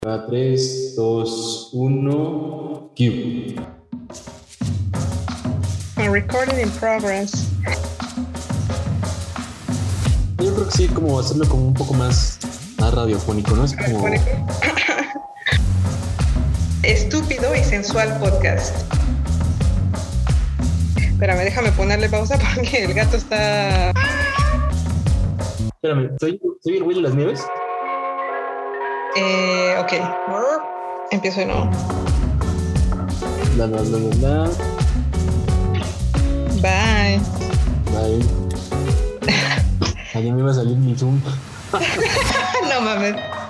Va 3, 2, 1, cue. Recording in progress. Yo creo que sí, como hacerlo como un poco más radiofónico, ¿no? Es como... Estúpido y sensual podcast. Espérame, déjame ponerle pausa porque el gato está... Espérame, ¿soy el güey de las nieves? Ok. Empiezo de nuevo. Bye. Bye. Allá me iba a salir mi Zoom. No mames.